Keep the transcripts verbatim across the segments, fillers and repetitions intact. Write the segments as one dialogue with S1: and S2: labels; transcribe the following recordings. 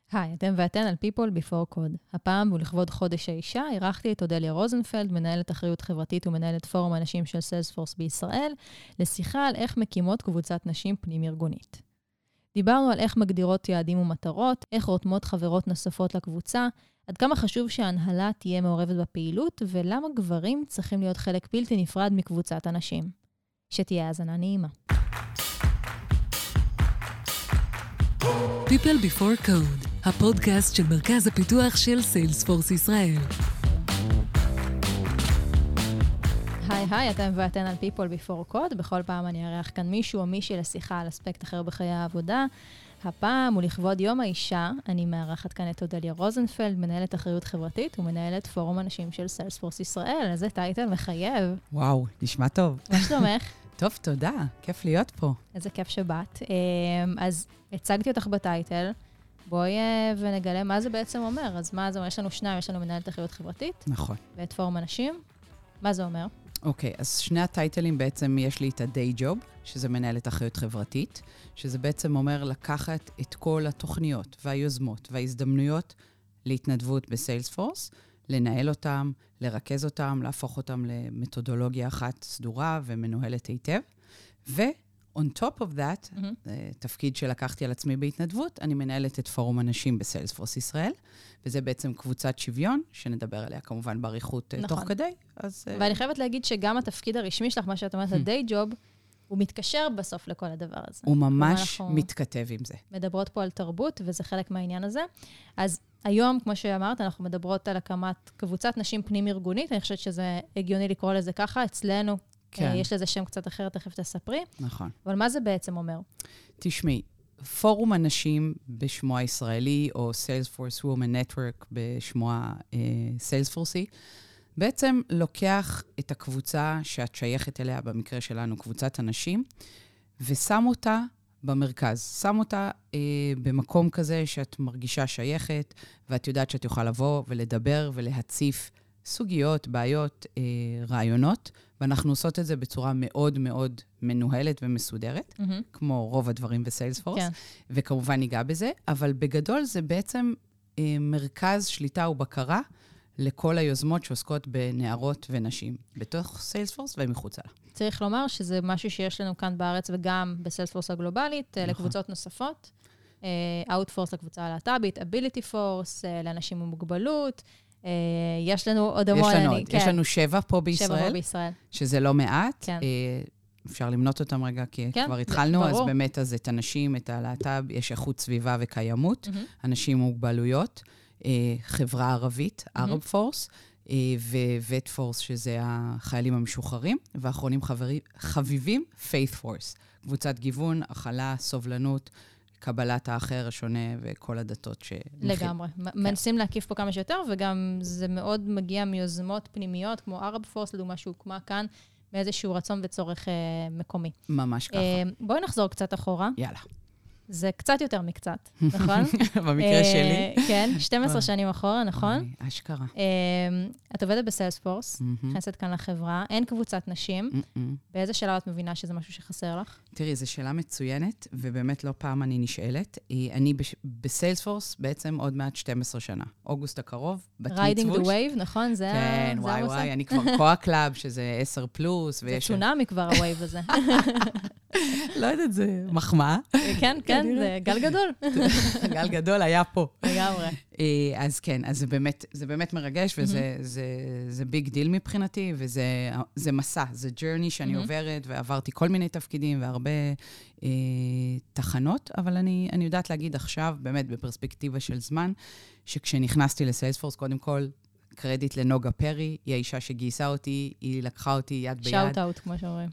S1: היי, אתם ואתן על People Before Code. הפעם, ולכבוד חודש האישה, אירחתי את אודליה רוזנפלד, מנהלת אחריות חברתית ומנהלת פורום הנשים של סיילספורס בישראל, לשיחה על איך מקימות קבוצת נשים פנים-ארגונית. דיברנו על איך מגדירות יעדים ומטרות, איך רותמות חברות נוספות לקבוצה, עד כמה חשוב שההנהלה תהיה מעורבת בפעילות, ולמה גברים צריכים להיות חלק בלתי נפרד מקבוצת הנשים. שתהיה האזנה נעימה.
S2: People Before Code, הפודקאסט של מרכז הפיתוח של סיילספורס ישראל.
S1: היי היי, אתם ואתן על People Before Code. בכל פעם אני ארח כאן מישהו או מישהי לשיחה על אספקט אחר בחיי העבודה. הפעם, ולכבוד יום האישה, אני מארחת כאן את אודליה רוזנפלד, מנהלת אחריות חברתית ומנהלת פורום הנשים של סיילספורס ישראל. איזה טייטל מחייב.
S3: וואו, נשמע טוב.
S1: מה שלומך?
S3: טוב, תודה. כיף להיות פה.
S1: איזה כיף שבאת. אז הצגתי אותך בטייטל. בואי ונגלה מה זה בעצם אומר. אז מה זה אומר? יש לנו שניים, יש לנו מנהלת אחריות חברתית.
S3: נכון.
S1: ואת פורום הנשים. מה זה אומר?
S3: אוקיי, אז שני הטייטלים בעצם יש לי את ה-day job, שזה מנהלת אחריות חברתית, שזה בעצם אומר לקחת את כל התוכניות והיוזמות וההזדמנויות להתנדבות בסיילספורס, לנהל אותם, לרכז אותם, להפוך אותם למתודולוגיה אחת סדורה ומנוהלת היטב. ו-on top of that, mm-hmm. תפקיד שלקחתי על עצמי בהתנדבות, אני מנהלת את פורום הנשים בסיילספורס ישראל, וזה בעצם קבוצת שוויון, שנדבר עליה כמובן בעריכות נכון. תוך כדי. אז,
S1: ואני חייבת להגיד שגם התפקיד הרשמי שלך, מה שאת אומרת, ה-day job, הוא מתקשר בסוף לכל הדבר הזה.
S3: הוא ממש מתכתב עם זה.
S1: מדברות פה על תרבות, וזה חלק מהעניין הזה. אז היום, כמו שאמרת, אנחנו מדברות על הקמת קבוצת נשים פנים-ארגונית, אני חושבת שזה הגיוני לקרוא לזה ככה, אצלנו כן. יש לזה שם קצת אחר, תכף תספרי. נכון. אבל מה זה בעצם אומר?
S3: תשמעי, פורום הנשים בשמו הישראלי, או Salesforce Women Network בשמו ה-Salesforce, בעצם לוקח את הקבוצה שאת שייכת אליה, במקרה שלנו, קבוצת הנשים, ושם אותה במרכז. שם אותה אה, במקום כזה שאת מרגישה שייכת, ואת יודעת שאת יכולה לבוא ולדבר ולהציף סוגיות, בעיות, אה, רעיונות, ואנחנו עושות את זה בצורה מאוד מאוד מנוהלת ומסודרת, mm-hmm. כמו רוב הדברים בסיילספורס, כן. וכמובן ניגע בזה, אבל בגדול זה בעצם אה, מרכז שליטה ובקרה, לכל היוזמות שעוסקות בנערות ונשים, בתוך סיילספורס ומחוצה לה.
S1: צריך לומר שזה משהו שיש לנו כאן בארץ וגם בסיילספורס הגלובלית, נכון. לקבוצות נוספות. Outforce לקבוצה הלהט"בית, Ability Force, לאנשים עם מוגבלות. יש לנו עוד המון.
S3: יש לנו עוד. יש לנו שבע פה בישראל.
S1: שבע פה בישראל.
S3: שזה לא מעט. כן. אפשר למנות אותם רגע, כי כן, כבר התחלנו, ברור. אז באמת, אז את הנשים, את הלהט"ב, יש איכות סביבה וקיימות, mm-hmm. אנשים עם מוגבלויות. חברה ערבית, ערב פורס, ווט פורס, שזה החיילים המשוחררים, ואחרונים חביבים, פיית' פורס. קבוצת גיוון, הכלה, סובלנות, קבלת האחר, השונה, וכל הדתות שנכין.
S1: לגמרי. מנסים להקיף פה כמה שיותר, וגם זה מאוד מגיע מיוזמות פנימיות, כמו ערב פורס, לדוגמה שהוקמה כאן, מאיזשהו רצון וצורך מקומי.
S3: ממש ככה.
S1: בואי נחזור קצת אחורה.
S3: יאללה.
S1: זה קצת יותר מקצת, נכון?
S3: במקרה שלי.
S1: כן, שתים עשרה שנים אחורה, נכון?
S3: אשכרה.
S1: את עובדת בסיילספורס, נכנסת כאן לחברה, אין קבוצת נשים. באיזה שאלה את מבינה שזה משהו שחסר לך?
S3: תראי, זו שאלה מצוינת, ובאמת לא פעם אני נשאלת. אני בסיילספורס בעצם עוד מעט שתים עשרה שנה. אוגוסט הקרוב, בת מצווש.
S1: ריידינג דה וייב, נכון?
S3: כן, וואי וואי, אני כבר קואה קלאב, שזה עשר פלוס.
S1: זה צונאמי כבר הווייב הזה.
S3: לא יודעת, זה מחמאה.
S1: כן, כן, זה גל גדול.
S3: גל גדול היה פה.
S1: לגמרי.
S3: אז כן, אז זה באמת, זה באמת מרגש, וזה, זה, זה ביג דיל מבחינתי, וזה, זה מסע, זה ג'רני שאני עוברת, ועברתי כל מיני תפקידים, והרבה אה, תחנות, אבל אני, אני יודעת להגיד עכשיו, באמת בפרספקטיבה של זמן, שכשנכנסתי לסיילספורס, קודם כל, קרדיט לנוגה פרי, היא האישה שגייסה אותי, היא לקחה אותי יד ביד.
S1: שאוט אאוט, כמו שאומרים.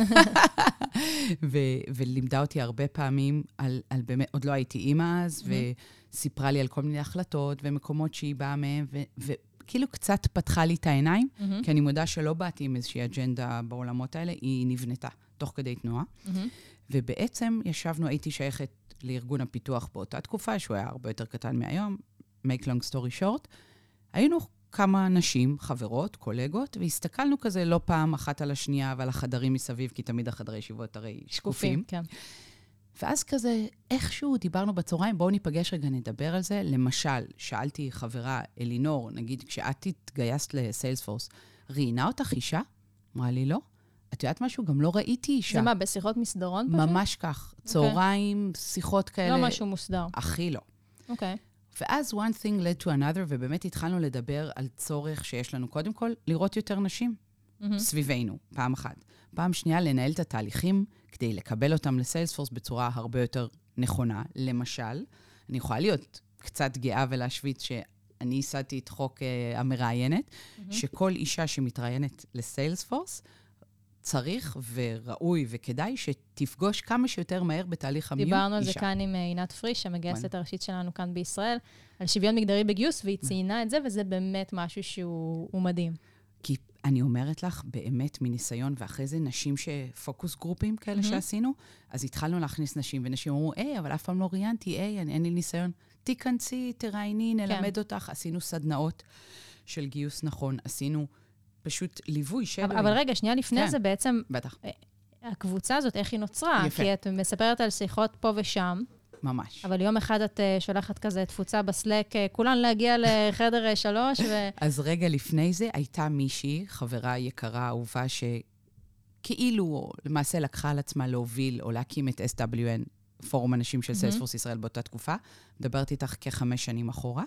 S3: ו- ולימדה אותי הרבה פעמים על, על באמת, עוד לא הייתי אימא אז, mm-hmm. וסיפרה לי על כל מיני החלטות ומקומות שהיא באה מהם, ו- וכאילו קצת פתחה לי את העיניים, mm-hmm. כי אני מודה שלא באתי עם איזושהי אג'נדה בעולמות האלה, היא נבנתה תוך כדי תנועה. Mm-hmm. ובעצם ישבנו, הייתי שייכת לארגון הפיתוח באותה תקופה, שהוא היה הרבה יותר קטן מהיום, make long story short, היינו כמה נשים, חברות, קולגות, והסתכלנו כזה לא פעם אחת על השנייה ועל החדרים מסביב, כי תמיד החדרי ישיבות הרי שקופים. שקופים, כן. ואז כזה, איכשהו דיברנו בצהריים, בואו ניפגש רגע, נדבר על זה. למשל, שאלתי חברה, אלינור, נגיד, כשאת התגייסת לסיילספורס, ראיינה אותך אישה? אמרה לי, לא. את יודעת משהו? גם לא ראיתי אישה.
S1: זה מה, בשיחות מסדרון פשוט?
S3: ממש כך. צהריים, שיחות כאלה.
S1: לא משהו מוסדר.
S3: הכי לא.
S1: אוקיי.
S3: ואז one thing led to another, ובאמת התחלנו לדבר על צורך שיש לנו, קודם כל, לראות יותר נשים סביבנו, פעם אחת. פעם שנייה, לנהל את התהליכים כדי לקבל אותם לסיילספורס בצורה הרבה יותר נכונה. למשל, אני יכולה להיות קצת גאה ולהשוויץ שאני ייסדתי את חוק uh, המראיינת, שכל אישה שמתראיינת לסיילספורס, צריך וראוי וכדאי שתפגוש כמה שיותר מהר בתהליך המיון אישה.
S1: דיברנו על זה כאן עם עינת פריש, המגייסת הראשית שלנו כאן בישראל, על שוויון מגדרי בגיוס, והיא ציינה את זה, וזה באמת משהו שהוא מדהים.
S3: כי אני אומרת לך, באמת מניסיון, ואחרי זה נשים שפוקוס גרופים כאלה שעשינו, אז התחלנו להכניס נשים, ונשים אמרו, היי, אבל אף פעם לא ראיינתי, היי, אין לי ניסיון. תיכנסי, תראייני, נלמד אותך. עשינו סדנאות של גיוס נכון, עשינו פשוט ליווי של...
S1: אבל רגע, שנייה לפני זה בעצם...
S3: בטח.
S1: הקבוצה הזאת, איך היא נוצרה? יפה. כי את מספרת על שיחות פה ושם.
S3: ממש.
S1: אבל יום אחד את שולחת כזה תפוצה בסלק, כולן להגיע לחדר שלוש ו...
S3: אז רגע לפני זה הייתה מישהי, חברה יקרה, אהובה, שכאילו למעשה לקחה על עצמה להוביל או להקים את אס דאבליו אן, פורום אנשים של סיילספורס ישראל באותה תקופה. מדברת איתך כחמש שנים אחורה.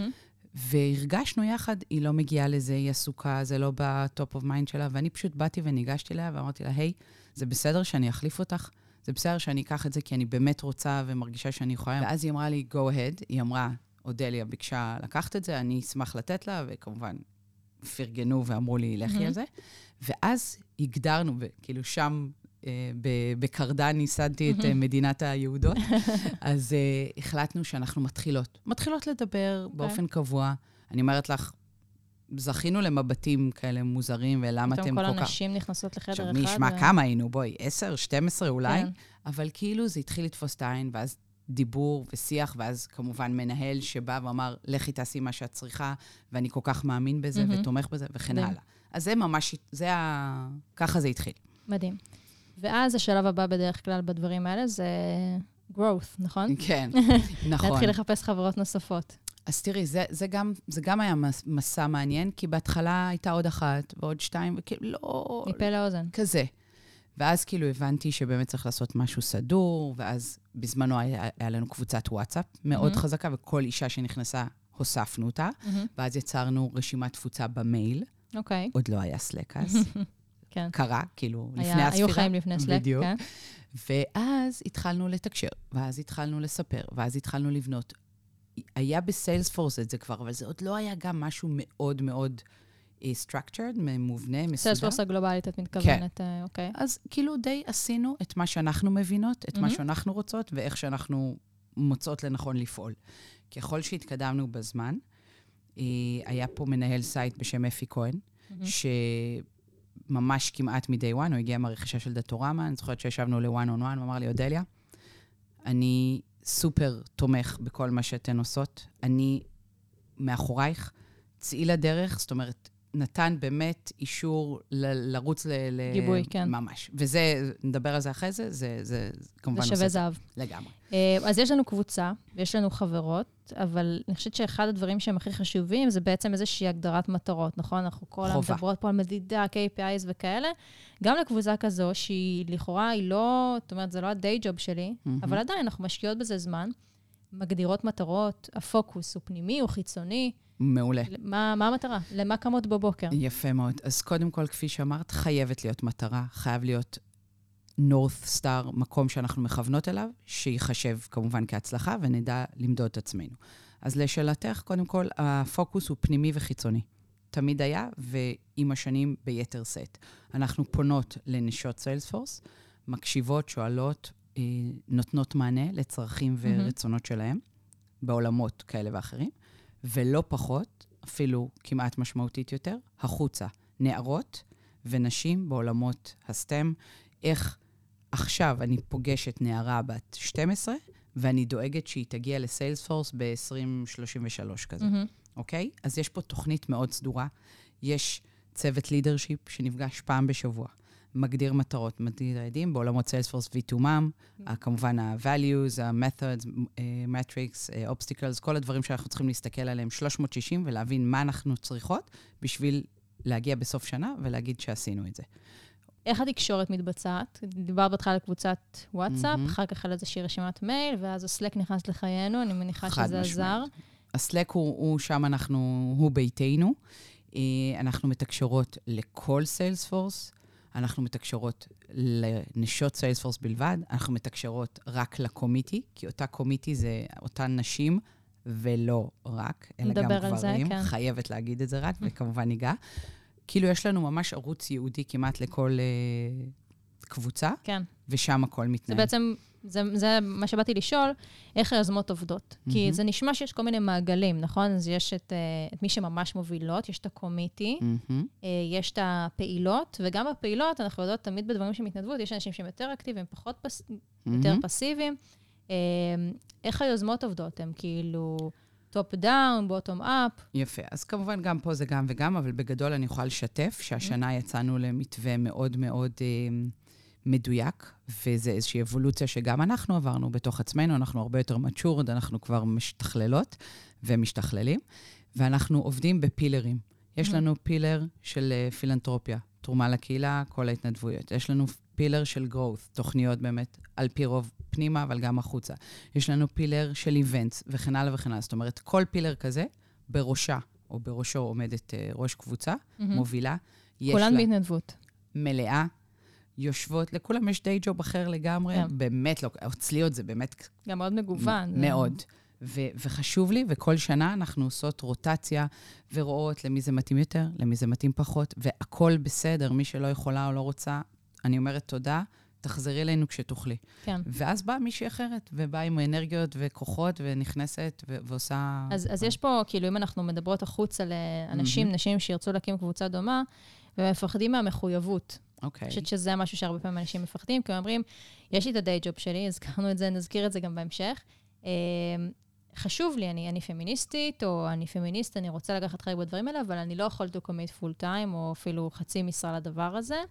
S3: והרגשנו יחד, היא לא מגיעה לזה, היא עסוקה, זה לא בטופ אוף מיינד שלה, ואני פשוט באתי וניגשתי אליה ואמרתי לה, היי, זה בסדר שאני אחליף אותך? זה בסדר שאני אקח את זה, כי אני באמת רוצה ומרגישה שאני יכולה. ואז היא אמרה לי, go ahead. היא אמרה, אודליה ביקשה לקחת את זה, אני אשמח לתת לה, וכמובן, פרגנו ואמרו לי, לכי על זה. ואז הגדרנו, וכאילו שם, בקרדן ניסדתי את מדינת היהודות, אז החלטנו שאנחנו מתחילות. מתחילות לדבר באופן קבוע. אני אומרת לך, זכינו למבטים כאלה מוזרים, ולמה אתם כל כך...
S1: פתאום כל הנשים נכנסות לחדר אחד.
S3: עכשיו, מי ישמע כמה היינו, בואי, עשר, שתים עשרה אולי, אבל כאילו זה התחיל לתפוס את העין, ואז דיבור ושיח, ואז כמובן מנהל שבא ואמר, לכי תעשי מה שאת צריכה, ואני כל כך מאמין בזה, ותומך בזה, וכן הלאה. אז זה ממש, זה ה... ככה זה התחיל.
S1: מדהים. ואז השלב הבא בדרך כלל בדברים האלה זה growth, נכון?
S3: כן, נכון.
S1: להתחיל לחפש חברות נוספות.
S3: אז תראי, זה, זה, גם, זה גם היה מסע מעניין, כי בהתחלה הייתה עוד אחת ועוד שתיים, וכאילו לא...
S1: מפה לאוזן.
S3: כזה. ואז כאילו הבנתי שבאמת צריך לעשות משהו סדור, ואז בזמנו היה, היה לנו קבוצת וואטסאפ מאוד mm-hmm. חזקה, וכל אישה שנכנסה, הוספנו אותה, mm-hmm. ואז יצרנו רשימת תפוצה במייל.
S1: אוקיי. Okay.
S3: עוד לא היה סלק אז. כן. קרה, כאילו,
S1: היה,
S3: לפני הספירה.
S1: היו חיים לפני סלק,
S3: בדיוק.
S1: כן.
S3: ואז התחלנו לתקשר, ואז התחלנו לספר, ואז התחלנו לבנות. היה בסיילספורס את זה כבר, אבל זה עוד לא היה גם משהו מאוד מאוד uh, structured, מובנה, מסודר.
S1: סיילספורס הגלובלית, את מתכוונת,
S3: כן.
S1: uh, אוקיי.
S3: אז כאילו די עשינו את מה שאנחנו מבינות, את mm-hmm. מה שאנחנו רוצות, ואיך שאנחנו מוצאות לנכון לפעול. ככל שהתקדמנו בזמן, uh, היה פה מנהל סייט בשם אפי כהן, mm-hmm. שממש כמעט מ-day one, הוא הגיע מהרכישה של דאטורמה, אני זוכרת שישבנו ל-one on one, הוא אמר לי, אודליה, אני... סופר תומך בכל מה שאתן עושות. אני מאחורייך, צאי לדרך, זאת אומרת, נתן באמת אישור ל- לרוץ ל...
S1: גיבוי, כן.
S3: ממש. וזה, נדבר על זה אחרי זה, זה, זה כמובן...
S1: זה שווה זהב.
S3: לגמרי.
S1: אז יש לנו קבוצה, ויש לנו חברות, אבל אני חושבת שאחד הדברים שהם הכי חשובים, זה בעצם איזושהי הגדרת מטרות, נכון? אנחנו כל המדברות פה על מדידה, קיי פי איז וכאלה. גם לקבוצה כזו, שהיא לכאורה, היא לא, זאת אומרת, זה לא הדיי ג'וב שלי, mm-hmm. אבל עדיין אנחנו משקיעות בזה זמן, מגדירות מטרות, הפוקוס הוא פנימי, הוא חיצוני.
S3: מעולה.
S1: מה, מה המטרה? למה קמות בבוקר?
S3: יפה מאוד. אז קודם כל, כפי שאמרת, חייבת להיות מטרה, חייב להיות North Star, מקום שאנחנו מכוונות אליו, שיחשב כמובן כהצלחה, ונדע למדוד את עצמנו. אז לשאלתך, קודם כל, הפוקוס הוא פנימי וחיצוני. תמיד היה, ועם השנים ביתר סט. אנחנו פונות לנשות סיילספורס, מקשיבות, שואלות, נותנות מענה לצרכים ורצונות שלהם, בעולמות כאלה ואחרים, ולא פחות, אפילו כמעט משמעותית יותר, החוצה, נערות ונשים בעולמות הסטם, איך עכשיו אני פוגשת נערה בת שתים עשרה, ואני דואגת שהיא תגיע לסיילספורס ב-עשרים שלושים ושלוש כזה. Mm-hmm. אוקיי? אז יש פה תוכנית מאוד סדורה. יש צוות לידרשיפ שנפגש פעם בשבוע. מגדיר מטרות, מגדיר יעדים, בעולמות Salesforce ו-תומם, כמובן ה-values, ה-methods, metrics, obstacles, כל הדברים שאנחנו צריכים להסתכל עליהם שלוש מאות שישים ולהבין מה אנחנו צריכות בשביל להגיע בסוף שנה ולהגיד שעשינו את זה.
S1: איך התקשורת מתבצעת? דיברת בהתחלה על קבוצת וואטסאפ, mm-hmm. אחר כך על איזושהי רשימת מייל, ואז הסלק נכנס לחיינו, אני מניחה שזה עזר.
S3: הסלק הוא, הוא שם אנחנו, הוא ביתנו. אנחנו מתקשרות לכל סיילספורס, אנחנו מתקשרות לנשות סיילספורס בלבד, אנחנו מתקשרות רק לקומיטי, כי אותה קומיטי זה אותן נשים, ולא רק, אלא גם גברים. זה, כן. חייבת להגיד את זה רק, וכמובן ניגע. כאילו יש לנו ממש ערוץ ייעודי כמעט לכל uh, קבוצה, כן. ושם הכל מתנהל.
S1: זה בעצם, זה, זה מה שבאתי לשאול, איך היוזמות עובדות. Mm-hmm. כי זה נשמע שיש כל מיני מעגלים, נכון? אז יש את, uh, את מי שממש מובילות, יש את הקומיטי, mm-hmm. uh, יש את הפעילות, וגם בפעילות אנחנו יודעות תמיד בדברים שמתנדבות, יש אנשים שהם יותר אקטיביים, פחות פס... mm-hmm. יותר פסיביים. Uh, איך היוזמות עובדות? הם כאילו... טופ דאון, בוטום אפ.
S3: יפה. אז כמובן גם פה זה גם וגם, אבל בגדול אני יכולה לשתף שהשנה יצאנו למתווה מאוד מאוד אה, מדויק, וזה איזושהי אבולוציה שגם אנחנו עברנו בתוך עצמנו, אנחנו הרבה יותר מצ'ורד, אנחנו כבר משתכללות ומשתכללים, ואנחנו עובדים בפילרים. יש לנו פילר של אה, פילנטרופיה, תרומה לקהילה, כל ההתנדבויות. יש לנו פילר של growth, תוכניות באמת, על פי רוב פנימה, אבל גם החוצה. יש לנו פילר של איבנטס, וכן הלאה וכן הלאה. זאת אומרת, כל פילר כזה, בראשה, או בראשו עומדת uh, ראש קבוצה, mm-hmm. מובילה.
S1: כולן בהתנדבות.
S3: מלאה, יושבות, לכולם יש די ג'וב אחר לגמרי, yeah. באמת לא, אצליות זה באמת...
S1: גם מאוד מגוון.
S3: מאוד. ו- וחשוב לי, וכל שנה אנחנו עושות רוטציה, ורואות למי זה מתאים יותר, למי זה מתאים פחות, והכל בסדר, מי שלא יכולה או לא רוצה, אני אומרת תודה, תחזרי אלינו כשתוכלי. כן. ואז באה מישהי אחרת, ובאה עם אנרגיות וכוחות, ונכנסת ו- ועושה...
S1: אז, אז יש פה, כאילו, אם אנחנו מדברות החוץ על אנשים, mm-hmm. נשים שירצו להקים קבוצה דומה, ומפחדים מהמחויבות. אוקיי. אני חושבת שזה משהו שהרבה פעמים אנשים מפחדים, כי הם אומרים, יש לי את הדיי ג'וב שלי, הזכרנו את זה, נזכיר את זה גם בהמשך. חשוב לי, אני, אני פמיניסטית, או אני פמיניסט, אני רוצה לקחת חלק בדברים האלה, אבל אני לא יכול to commit full time, או אפילו חצי משרה לדבר הזה.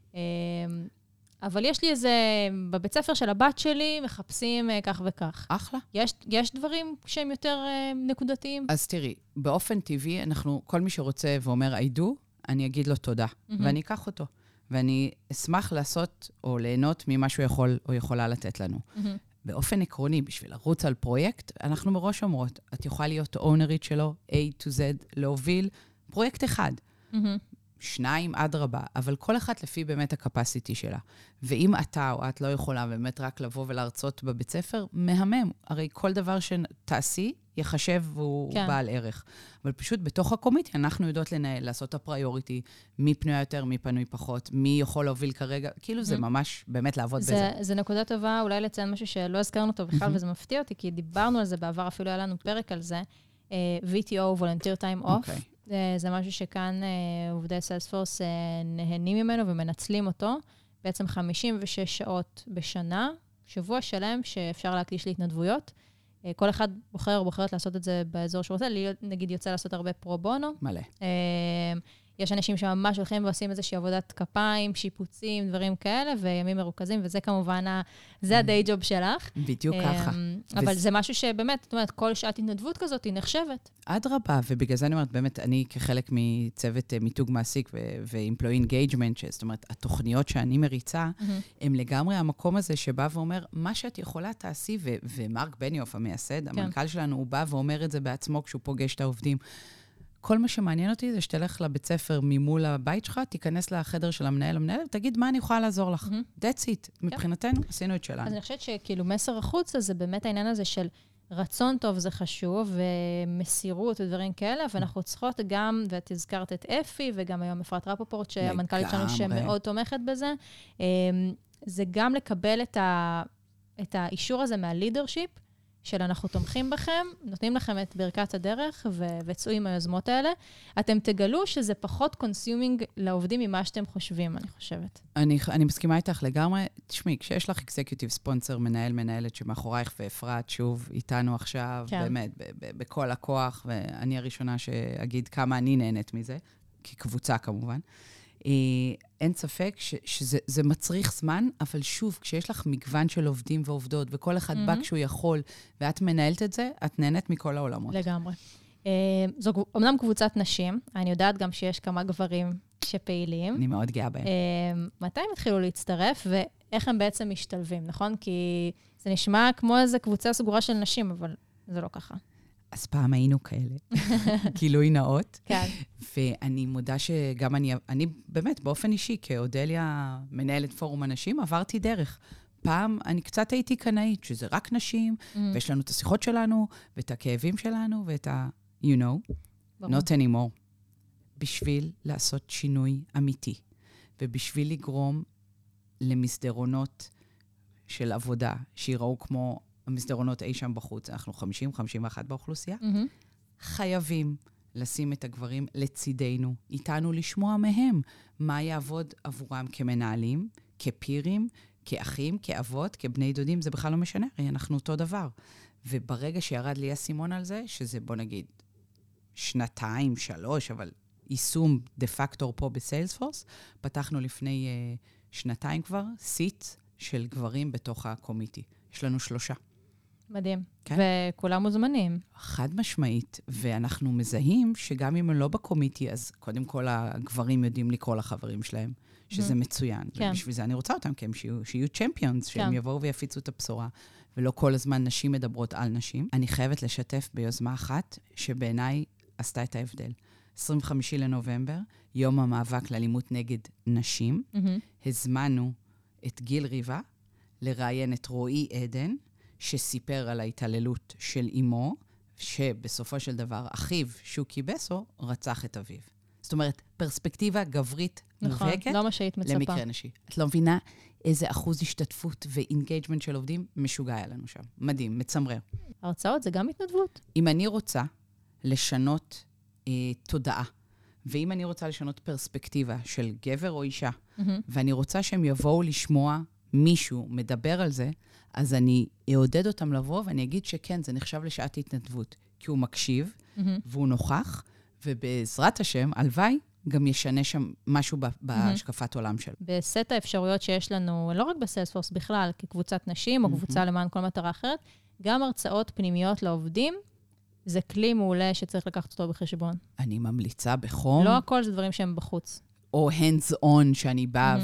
S1: אבל יש לי איזה, בבית ספר של הבת שלי, מחפשים כך וכך.
S3: אחלה.
S1: יש, יש דברים שהם יותר נקודתיים?
S3: אז תראי, באופן טבעי, אנחנו, כל מי שרוצה ואומר, I do, אני אגיד לו תודה, mm-hmm. ואני אקח אותו. ואני אשמח לעשות או ליהנות ממה שהוא יכול או יכולה לתת לנו. Mm-hmm. באופן עקרוני, בשביל לרוץ על פרויקט, אנחנו מראש אומרות, את יכולה להיות האונרית שלו, A to Z, להוביל פרויקט אחד. Mm-hmm. שניים עד רבה, אבל כל אחת לפי באמת הקפסיטי שלה. ואם אתה או את לא יכולה באמת רק לבוא ולהרצות בבית ספר, מהמם. הרי כל דבר שתעשי יחשב והוא כן. בעל ערך. אבל פשוט בתוך הקומיטי אנחנו יודעות לנהל, לעשות את הפריוריטי, מי פנוי יותר, מי פנוי פחות, מי יכול להוביל כרגע, כאילו mm-hmm. זה ממש באמת לעבוד
S1: זה,
S3: בזה.
S1: זה נקודה טובה, אולי לציין משהו שלא הזכרנו אותו בכלל, mm-hmm. וזה מפתיע אותי, כי דיברנו על זה בעבר, אפילו היה לנו פרק על זה, uh, V T O, Volunteer Time Off. Okay. זה, זה משהו שכאן uh, עובדי סיילספורס uh, נהנים ממנו ומנצלים אותו, בעצם חמישים ושש שעות בשנה, שבוע שלם שאפשר להקדיש להתנדבויות. כל אחד בוחר או בוחרת לעשות את זה באזור שהוא רוצה, לי נגיד יוצא לעשות הרבה פרו-בונו.
S3: מלא.
S1: יש אנשים שממש הולכים ועושים איזושהי עבודת כפיים, שיפוצים, דברים כאלה, וימים מרוכזים, וזה כמובן, זה הדיי ג'וב שלך.
S3: בדיוק ככה.
S1: אבל זה משהו שבאמת, זאת אומרת, כל שעת התנדבות כזאת היא נחשבת.
S3: עד רבה, ובגלל זה אני אומרת, באמת, אני כחלק מצוות מיתוג מעסיק ו-employee engagement, זאת אומרת, התוכניות שאני מריצה, הם לגמרי המקום הזה שבא ואומר, מה שאת יכולה תעשי, ומרק בניוף, המייסד, המנכ"ל שלנו, הוא בא ואומר את זה בעצמו כשהוא פוגש את העובדים. כל מה שמעניין אותי זה שתלך לבית ספר ממול הבית שלך, תיכנס לחדר של המנהל המנהל, ותגיד מה אני יכולה לעזור לך. Mm-hmm. That's it. מבחינתנו, עשינו את שלנו.
S1: אז אני חושבת שכאילו מסר החוץ הזה, באמת העניין הזה של רצון טוב זה חשוב, ומסירות ודברים כאלה, ואנחנו צריכות גם, ואת הזכרת את אפי, וגם היום אפרת רפופורט, שהמנכ"לית שלנו שמאוד תומכת בזה, זה גם לקבל את, ה, את האישור הזה מהלידרשיפ, של אנחנו תומכים בכם, נותנים לכם את ברכת הדרך, וצאו עם היוזמות האלה. אתם תגלו שזה פחות קונסיומינג לעובדים ממה שאתם חושבים, אני חושבת.
S3: אני, אני מסכימה איתך לגמרי. תשמעי, כשיש לך אקזקיוטיב ספונסר, מנהל, מנהלת שמאחורייך ואפרת, שוב, איתנו עכשיו, כן. באמת, ב- ב- בכל הכוח, ואני הראשונה שאגיד כמה אני נהנית מזה, כקבוצה כמובן. אין ספק ש, שזה זה מצריך זמן, אבל שוב, כשיש לך מגוון של עובדים ועובדות, וכל אחד mm-hmm. בא כשהוא יכול, ואת מנהלת את זה, את נהנית מכל העולמות.
S1: לגמרי. זו אומנם קבוצת נשים, אני יודעת גם שיש כמה גברים שפעילים.
S3: אני מאוד גאה בהם.
S1: מתי הם התחילו להצטרף, ואיך הם בעצם משתלבים, נכון? כי זה נשמע כמו איזו קבוצה סגורה של נשים, אבל זה לא ככה.
S3: אז פעם היינו כאלה, גילוי נאות.
S1: כן.
S3: ואני מודה שגם אני, אני באמת, באופן אישי, כאודליה מנהלת פורום הנשים, עברתי דרך. פעם אני קצת הייתי קנאית, שזה רק נשים, mm. ויש לנו את השיחות שלנו, ואת הכאבים שלנו, ואת ה... you know, ברור. not anymore. בשביל לעשות שינוי אמיתי, ובשביל לגרום למסדרונות של עבודה, שיראו כמו המסדרונות אי שם בחוץ, אנחנו חמישים חמישים ואחת באוכלוסייה, mm-hmm. חייבים לשים את הגברים לצידנו, איתנו לשמוע מהם, מה יעבוד עבורם כמנהלים, כפירים, כאחים, כאבות, כבני דודים, זה בכלל לא משנה, הרי אנחנו אותו דבר. וברגע שירד לי הסימון על זה, שזה בוא נגיד שנתיים, שלוש, אבל יישום דה פקטור פה בסיילספורס, פתחנו לפני uh, שנתיים כבר, סיט של גברים בתוך הקומיטי. יש לנו שלושה.
S1: מדהים. כן? וכולם מוזמנים.
S3: חד משמעית, ואנחנו מזהים שגם אם הם לא בקומיטי, אז קודם כל הגברים יודעים לקרוא לחברים שלהם, שזה mm-hmm. מצוין. כן. ובשביל זה אני רוצה אותם, כי הם שיהיו, שיהיו צ'מפיונס, שהם כן. יבואו ויפיצו את הבשורה, ולא כל הזמן נשים מדברות על נשים. אני חייבת לשתף ביוזמה אחת, שבעיניי עשתה את ההבדל. עשרים וחמישה לנובמבר, יום המאבק לאלימות נגד נשים, mm-hmm. הזמנו את גיל ריבה, לראיין את רועי עדן, שסיפר על ההתעללות של אמו, שבסופו של דבר, אחיו, שוקי בסו, רצח את אביו. זאת אומרת, פרספקטיבה גברית
S1: נכון,
S3: מובהקת,
S1: לא מה שהיית מצפה.
S3: למקרה נשי. את לא מבינה איזה אחוז השתתפות ואינגייג'מנט של עובדים משוגע היה לנו שם. מדהים, מצמרר.
S1: הרצאות זה גם התנדבות.
S3: אם אני רוצה לשנות אה, תודעה, ואם אני רוצה לשנות פרספקטיבה של גבר או אישה, mm-hmm. ואני רוצה שהם יבואו לשמוע מישהו מדבר על זה, אז אני אעודד אותם לבוא, ואני אגיד שכן, זה נחשב לשעת התנדבות, כי הוא מקשיב, mm-hmm. והוא נוכח, ובעזרת השם, הלוואי, גם ישנה שם משהו בהשקפת עולם שלו.
S1: בסט האפשרויות שיש לנו, לא רק בסיילספורס בכלל, כקבוצת נשים, או קבוצה למען כל מטרה אחרת, גם הרצאות פנימיות לעובדים, זה כלי מעולה שצריך לקחת אותו בחשבון.
S3: אני ממליצה בחום.
S1: לא הכל זה דברים שהם בחוץ.
S3: או hands-on שאני באה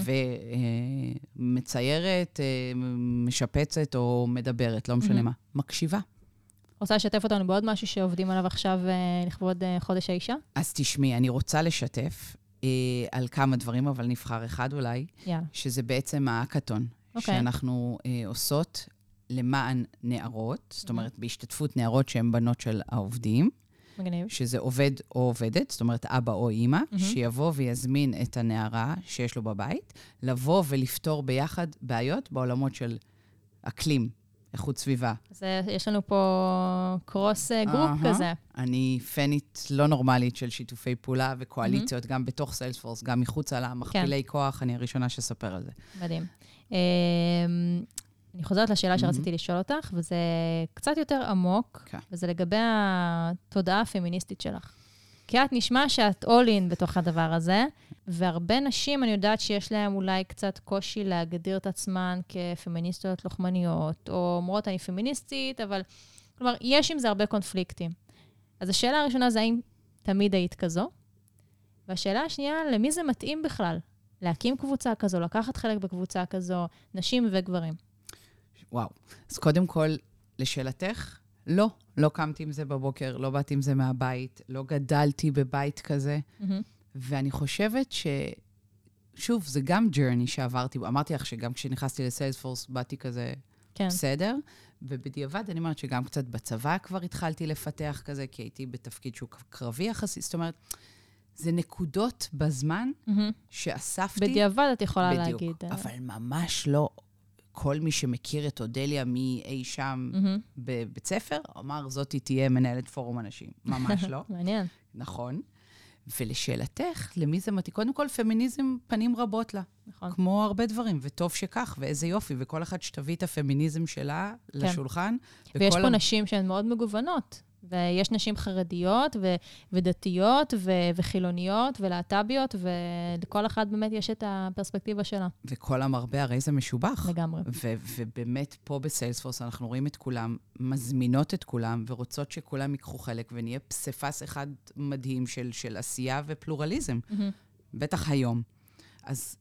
S3: ומציירת, משפצת או מדברת, לא משנה מה. מקשיבה.
S1: רוצה לשתף אותנו בעוד משהו שעובדים עליו עכשיו לכבוד חודש האישה?
S3: אז תשמעי, אני רוצה לשתף על כמה דברים, אבל נבחר אחד אולי, שזה בעצם האקתון, שאנחנו עושות למען נערות, זאת אומרת, בהשתתפות נערות שהן בנות של העובדים,
S1: מגניב.
S3: שזה עובד או עובדת, זאת אומרת, אבא או אמא, mm-hmm. שיבוא ויזמין את הנערה שיש לו בבית, לבוא ולפתור ביחד בעיות בעולמות של אקלים, איכות סביבה.
S1: אז יש לנו פה קרוס גרופ uh-huh. כזה.
S3: אני פנית לא נורמלית של שיתופי פעולה וקואליציות, mm-hmm. גם בתוך סיילספורס, גם מחוץ על המכפילי כן. כוח, אני הראשונה שספר על זה.
S1: מדהים. אני חוזרת לשאלה שרציתי לשאול אותך, וזה קצת יותר עמוק, וזה לגבי התודעה הפמיניסטית שלך. כי את נשמע שאת all in בתוך הדבר הזה, והרבה נשים, אני יודעת שיש להן אולי קצת קושי להגדיר את עצמן כפמיניסטיות לוחמניות, או אומרות אני פמיניסטית, אבל כלומר, יש עם זה הרבה קונפליקטים. אז השאלה הראשונה זה האם תמיד היית כזו, והשאלה השנייה, למי זה מתאים בכלל? להקים קבוצה כזו, לקחת חלק בקבוצה כזו, נשים וגברים.
S3: וואו. אז קודם כל, לשאלתך, לא. לא קמתי עם זה בבוקר, לא באתי עם זה מהבית, לא גדלתי בבית כזה. Mm-hmm. ואני חושבת ש... שוב, זה גם ג'רני שעברתי. אמרתי לך שגם כשנכנסתי לסיילספורס, באתי כזה כן. בסדר. ובדיעבד, אני אומרת שגם קצת בצבא כבר התחלתי לפתח כזה, כי הייתי בתפקיד שהוא קרבי יחסי. זאת אומרת, זה נקודות בזמן mm-hmm. שאספתי.
S1: בדיעבד את יכולה
S3: בדיוק,
S1: להגיד.
S3: אבל ממש לא... כל מי שמכיר את אודליה מאי שם mm-hmm. בבית ספר, אמר, זאת תהיה מנהלת פורום אנשים. ממש לא.
S1: מעניין.
S3: נכון. ולשאלתך, למי זה מתאים? קודם כל, פמיניזם פנים רבות לה. נכון. כמו הרבה דברים, וטוב שכך, ואיזה יופי, וכל אחד שתביא את הפמיניזם שלה כן. לשולחן.
S1: ויש פה המ... נשים שהן מאוד מגוונות. ויש נשים חרדיות ו- ודתיות ו- וחילוניות ולהט"ביות, ולכל אחת באמת יש את הפרספקטיבה שלה.
S3: וכל המרבה הרי זה משובח.
S1: לגמרי.
S3: ו- ובאמת פה בסיילספורס אנחנו רואים את כולם, מזמינות את כולם, ורוצות שכולם ייקחו חלק, ונהיה פספס אחד מדהים של, של עשייה ופלורליזם. Mm-hmm. בטח היום. אז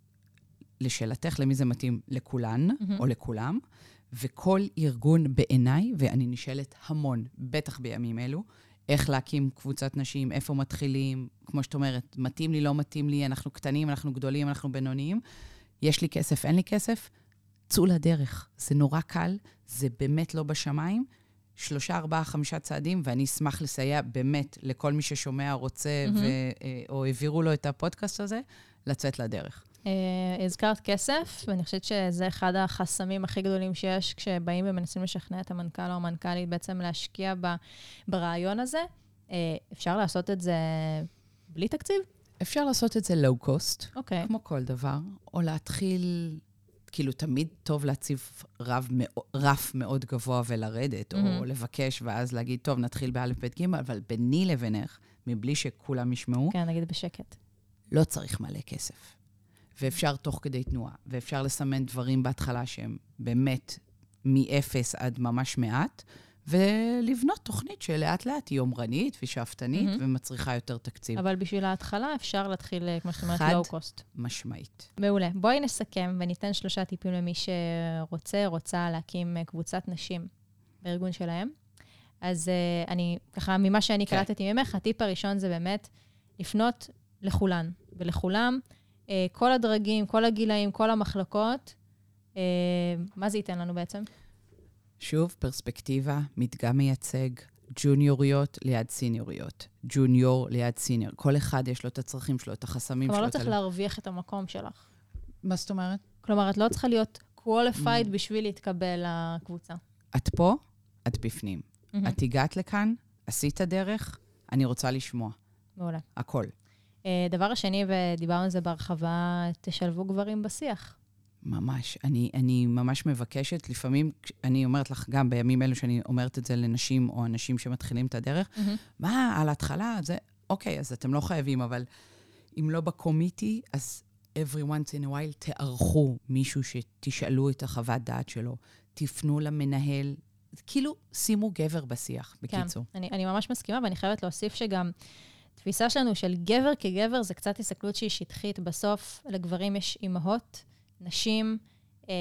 S3: לשאלתך למי זה מתאים? לכולן mm-hmm. או לכולם, וכל ארגון בעיניי, ואני נשאלת המון, בטח בימים אלו, איך להקים קבוצת נשים, איפה מתחילים, כמו שאת אומרת, מתאים לי, לא מתאים לי, אנחנו קטנים, אנחנו גדולים, אנחנו בינוניים, יש לי כסף, אין לי כסף, צאו לדרך. זה נורא קל, זה באמת לא בשמיים, שלושה, ארבעה, חמישה צעדים, ואני אשמח לסייע באמת לכל מי ששומע, רוצה, mm-hmm. ו, או העבירו לו את הפודקאסט הזה, לצאת לדרך.
S1: Uh, הזכרת כסף, ואני חושבת שזה אחד החסמים הכי גדולים שיש, כשבאים ומנסים לשכנע את המנכ"ל או המנכ"לית בעצם להשקיע ב, ברעיון הזה. Uh, אפשר לעשות את זה בלי תקציב?
S3: אפשר לעשות את זה low cost,
S1: okay.
S3: כמו כל דבר, או להתחיל, כאילו תמיד טוב להציב רב, רף מאוד גבוה ולרדת, mm-hmm. או לבקש ואז להגיד, טוב, נתחיל באלף בית ג', אבל ביני לבינך, מבלי שכולם ישמעו,
S1: כן, נגיד בשקט.
S3: לא צריך מלא כסף. ואפשר תוך כדי תנועה, ואפשר לסמן דברים בהתחלה שהם באמת מ-אפס עד ממש מעט, ולבנות תוכנית שלאט לאט היא יומרנית ושאפתנית, mm-hmm. ומצריכה יותר תקציב.
S1: אבל בשביל ההתחלה אפשר להתחיל, כמו שאת אומרת, לואו קוסט.
S3: חד משמעית.
S1: מעולה. בואי נסכם וניתן שלושה טיפים למי שרוצה, רוצה להקים קבוצת נשים בארגון שלהם. אז uh, אני, ככה, ממה שאני okay. קלטתי ממך, הטיפ הראשון זה באמת לפנות לכולן, ולכולם, uh, כל הדרגים, כל הגילאים, כל המחלקות, uh, מה זה ייתן לנו בעצם?
S3: שוב, פרספקטיבה, מדגם מייצג, ג'וניוריות ליד סיניוריות, ג'וניור ליד סיניור. כל אחד יש לו את הצרכים שלו, את החסמים שלו.
S1: כלומר, לא צריך להרוויח את המקום שלך.
S3: מה זאת אומרת?
S1: כלומר, את לא צריכה להיות qualified בשביל להתקבל לקבוצה.
S3: את פה, את בפנים. את הגעת לכאן, עשית דרך, אני רוצה לשמוע.
S1: מעולה.
S3: הכל.
S1: דבר השני, ודיברנו על זה בהרחבה, תשלבו גברים בשיח.
S3: ממש. אני, אני ממש מבקשת, לפעמים, אני אומרת לך גם בימים אלו שאני אומרת את זה לנשים או אנשים שמתחילים את הדרך, mm-hmm. מה, על ההתחלה, זה, אוקיי, אז אתם לא חייבים, אבל אם לא בקומיטי, אז every once in a while תערכו מישהו שתשאלו את החוות דעת שלו, תפנו למנהל, כאילו שימו גבר בשיח, בקיצור.
S1: כן, אני, אני ממש מסכימה, ואני חייבת להוסיף שגם תפיסה שלנו של גבר כגבר, זה קצת הסתכלות שהיא שטחית. בסוף לגברים יש אימהות, נשים, אה,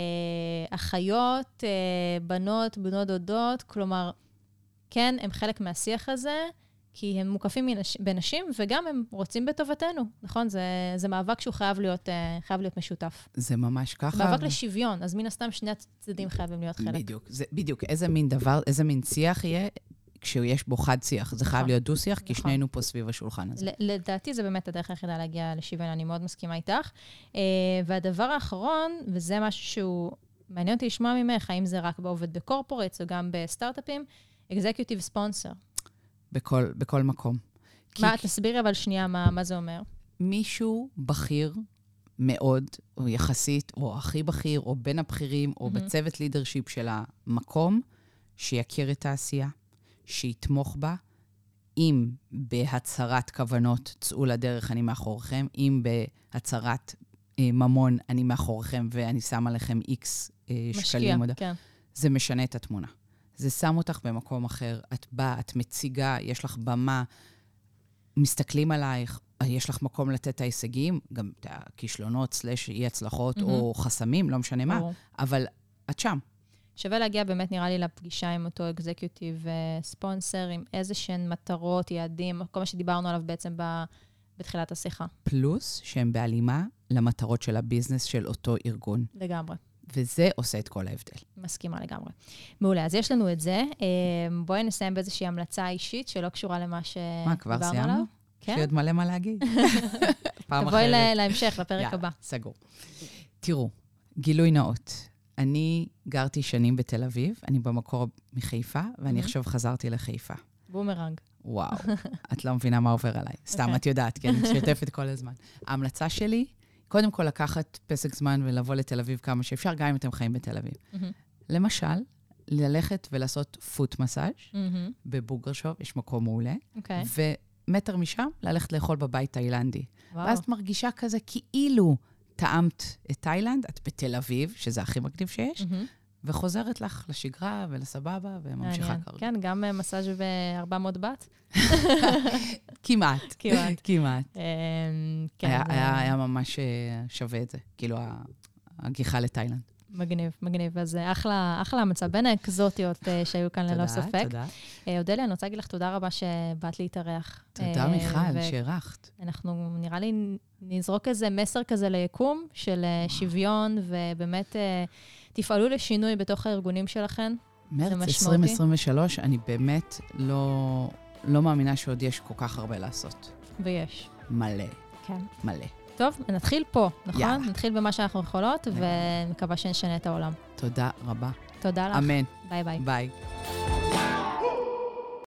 S1: אחיות, אה, בנות, בנות דודות, כלומר, כן, הם חלק מהשיח הזה, כי הם מוקפים מנש, בנשים, וגם הם רוצים בטובתנו, נכון? זה, זה מאבק שהוא חייב להיות, אה, חייב להיות משותף.
S3: זה ממש ככה.
S1: מאבק לשוויון, אז מן הסתם שני הצדדים חייבים להיות חלק.
S3: בדיוק, זה, בדיוק. איזה מין דבר, איזה מין שיח יהיה, כשיש בו חד שיח. זה חייב להיות דו שיח, כי שנינו פה סביב השולחן הזה.
S1: לדעתי זה באמת הדרך היחידה להגיע לשוויון, אני מאוד מסכימה איתך. והדבר האחרון, וזה משהו שהוא מעניין אותי לשמוע ממך, האם זה רק בעובד בקורפורטס או גם בסטארט-אפים, executive sponsor.
S3: בכל, בכל מקום.
S1: מה, תסבירי אבל שנייה מה, מה זה אומר.
S3: מישהו בכיר מאוד, או יחסית, או הכי בכיר, או בין הבכירים, או בצוות לידרשיפ של המקום, שיכיר את העשייה. שיתמוך בה, אם בהצהרת כוונות צאו לדרך אני מאחורכם, אם בהצהרת אה, ממון אני מאחורכם ואני שם עליכם איקס אה, שקלים. משקיע,
S1: כן.
S3: זה משנה את התמונה. זה שם אותך במקום אחר. את באה, את מציגה, יש לך במה, מסתכלים עלייך, יש לך מקום לתת את ההישגים, גם את הכישלונות, סלש אי הצלחות, mm-hmm. או חסמים, לא משנה מה, אבל את שם.
S1: שווה להגיע באמת, נראה לי, לפגישה עם אותו אקזקיוטיב ספונסר, עם איזה שהן מטרות, יעדים, כל מה שדיברנו עליו בעצם ב, בתחילת השיחה.
S3: פלוס שהם בהלימה למטרות של הביזנס של אותו ארגון.
S1: לגמרי.
S3: וזה עושה את כל ההבדל.
S1: מסכימה לגמרי. מעולה, אז יש לנו את זה. בואי נסיים באיזושהי המלצה אישית שלא קשורה למה שדיברנו עליו.
S3: מה, כבר סיימנו? כן? יש עוד מלא מה להגיד. פעם
S1: תבואי אחרת. להמשך, לפרק
S3: יאללה,
S1: הבא.
S3: סגור. תראו, גילוי נאות. אני גרתי שנים בתל אביב, אני במקור מחיפה, ואני עכשיו חזרתי לחיפה.
S1: בומרנג.
S3: וואו, את לא מבינה מה עובר עליי. סתם, את יודעת, כי אני משתפת כל הזמן. ההמלצה שלי, קודם כל לקחת פסק זמן ולבוא לתל אביב כמה שאפשר, גם אם אתם חיים בתל אביב. למשל, ללכת ולעשות פוט מסאז'
S1: מהמם.
S3: בבוגרשוב, יש מקום מעולה.
S1: אוקיי.
S3: ומטר משם, ללכת לאכול בבית תאילנדי.
S1: וואו.
S3: ואז את מרגישה כזה כאילו טעמת את תאילנד, את בתל אביב, שזה הכי מגניב שיש,
S1: מהמם.
S3: וחוזרת לך לשגרה ולסבבה, וממשיכה
S1: מעניין.
S3: כרגע.
S1: כן, גם אה, מסאז' ב-ארבע מאות בת.
S3: כמעט.
S1: כמעט.
S3: כמעט.
S1: אה, כן,
S3: היה,
S1: זה
S3: היה, היה ממש אה, שווה את זה, כאילו הגיחה לתאילנד.
S1: מגניב, מגניב. אז אה, אחלה, אחלה המצב בין האקזוטיות אה, שהיו כאן ללא ספק.
S3: תודה, תודה.
S1: אה, אודליה, אני רוצה להגיד לך תודה רבה שבאת להתארח.
S3: תודה,
S1: אה,
S3: מיכל,
S1: ו-
S3: שהרחת.
S1: אנחנו, נראה לי, נזרוק איזה מסר כזה ליקום של אה, שוויון, ובאמת אה, תפעלו לשינוי בתוך הארגונים שלכם.
S3: מרץ
S1: משמעותי.
S3: עשרים עשרים ושלוש, אני באמת לא, לא מאמינה שעוד יש כל כך הרבה לעשות.
S1: ויש.
S3: מלא,
S1: כן.
S3: מלא.
S1: טוב, נתחיל פה, נכון?
S3: יאללה.
S1: נתחיל במה שאנחנו יכולות, ומקווה שנשנה את העולם.
S3: תודה רבה.
S1: תודה לך.
S3: אמן.
S1: ביי ביי.
S3: ביי.